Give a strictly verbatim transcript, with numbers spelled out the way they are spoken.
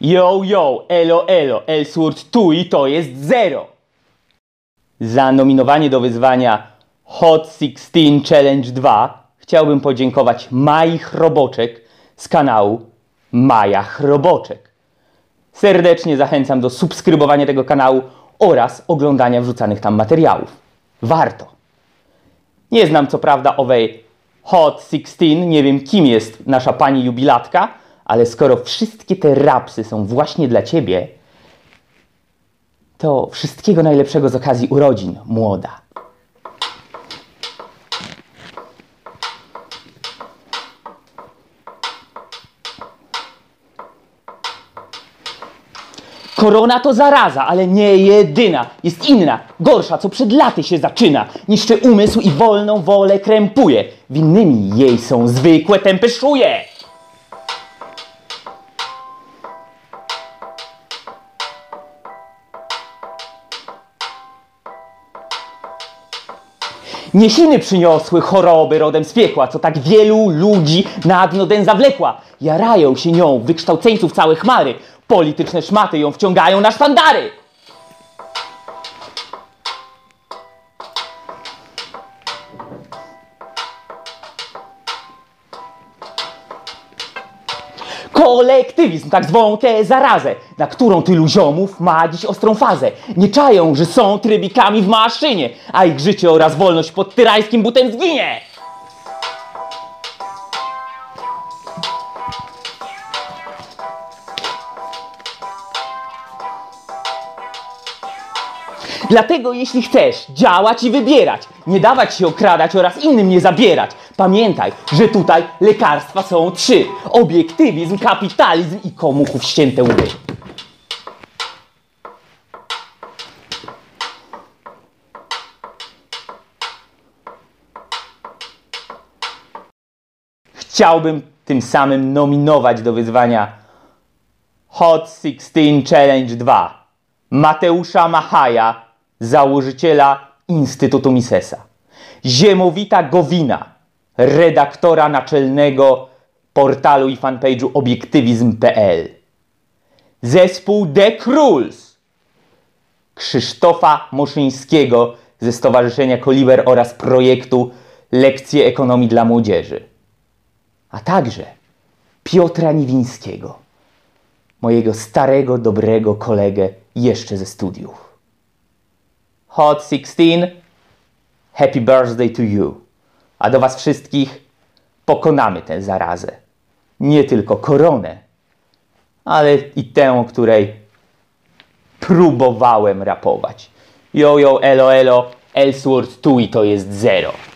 Yo, yo, elo, elo, Ellsworth tu i to jest zero. Za nominowanie do wyzwania Hot szesnaście Challenge dwa chciałbym podziękować Mai Chroboczek z kanału Maja Chroboczek. Serdecznie zachęcam do subskrybowania tego kanału oraz oglądania wrzucanych tam materiałów. Warto. Nie znam co prawda owej Hot szesnaście, nie wiem kim jest nasza pani jubilatka, ale skoro wszystkie te rapsy są właśnie dla ciebie, to wszystkiego najlepszego z okazji urodzin, młoda. Korona to zaraza, ale nie jedyna. Jest inna, gorsza, co przed laty się zaczyna. Niszczy umysł i wolną wolę krępuje. Winnymi jej są zwykłe tępe szuje. Niesiny przyniosły choroby rodem z piekła, co tak wielu ludzi na dno den zawlekła. Jarają się nią wykształceńców całe chmary. Polityczne szmaty ją wciągają na sztandary. Kolektywizm, tak zwą tę zarazę, na którą tylu ziomów ma dziś ostrą fazę. Nie czają, że są trybikami w maszynie, a ich życie oraz wolność pod tyrańskim butem zginie. Dlatego jeśli chcesz działać i wybierać, nie dawać się okradać oraz innym nie zabierać, pamiętaj, że tutaj lekarstwa są trzy. Obiektywizm, kapitalizm i komuchów ścięte łby. Chciałbym tym samym nominować do wyzwania Hot szesnaście Challenge dwa Mateusza Machaja, założyciela Instytutu Misesa, Ziemowita Gowina, redaktora naczelnego portalu i fanpage'u obiektywizm kropka p l, zespół The Kruls, Krzysztofa Moszyńskiego ze Stowarzyszenia Koliber oraz projektu Lekcje Ekonomii dla Młodzieży, a także Piotra Niwińskiego, mojego starego, dobrego kolegę jeszcze ze studiów. Hot szesnaście, happy birthday to you. A do was wszystkich pokonamy tę zarazę. Nie tylko koronę, ale i tę, o której próbowałem rapować. Yo, yo, elo, elo, Ellsworth tu i to jest zero.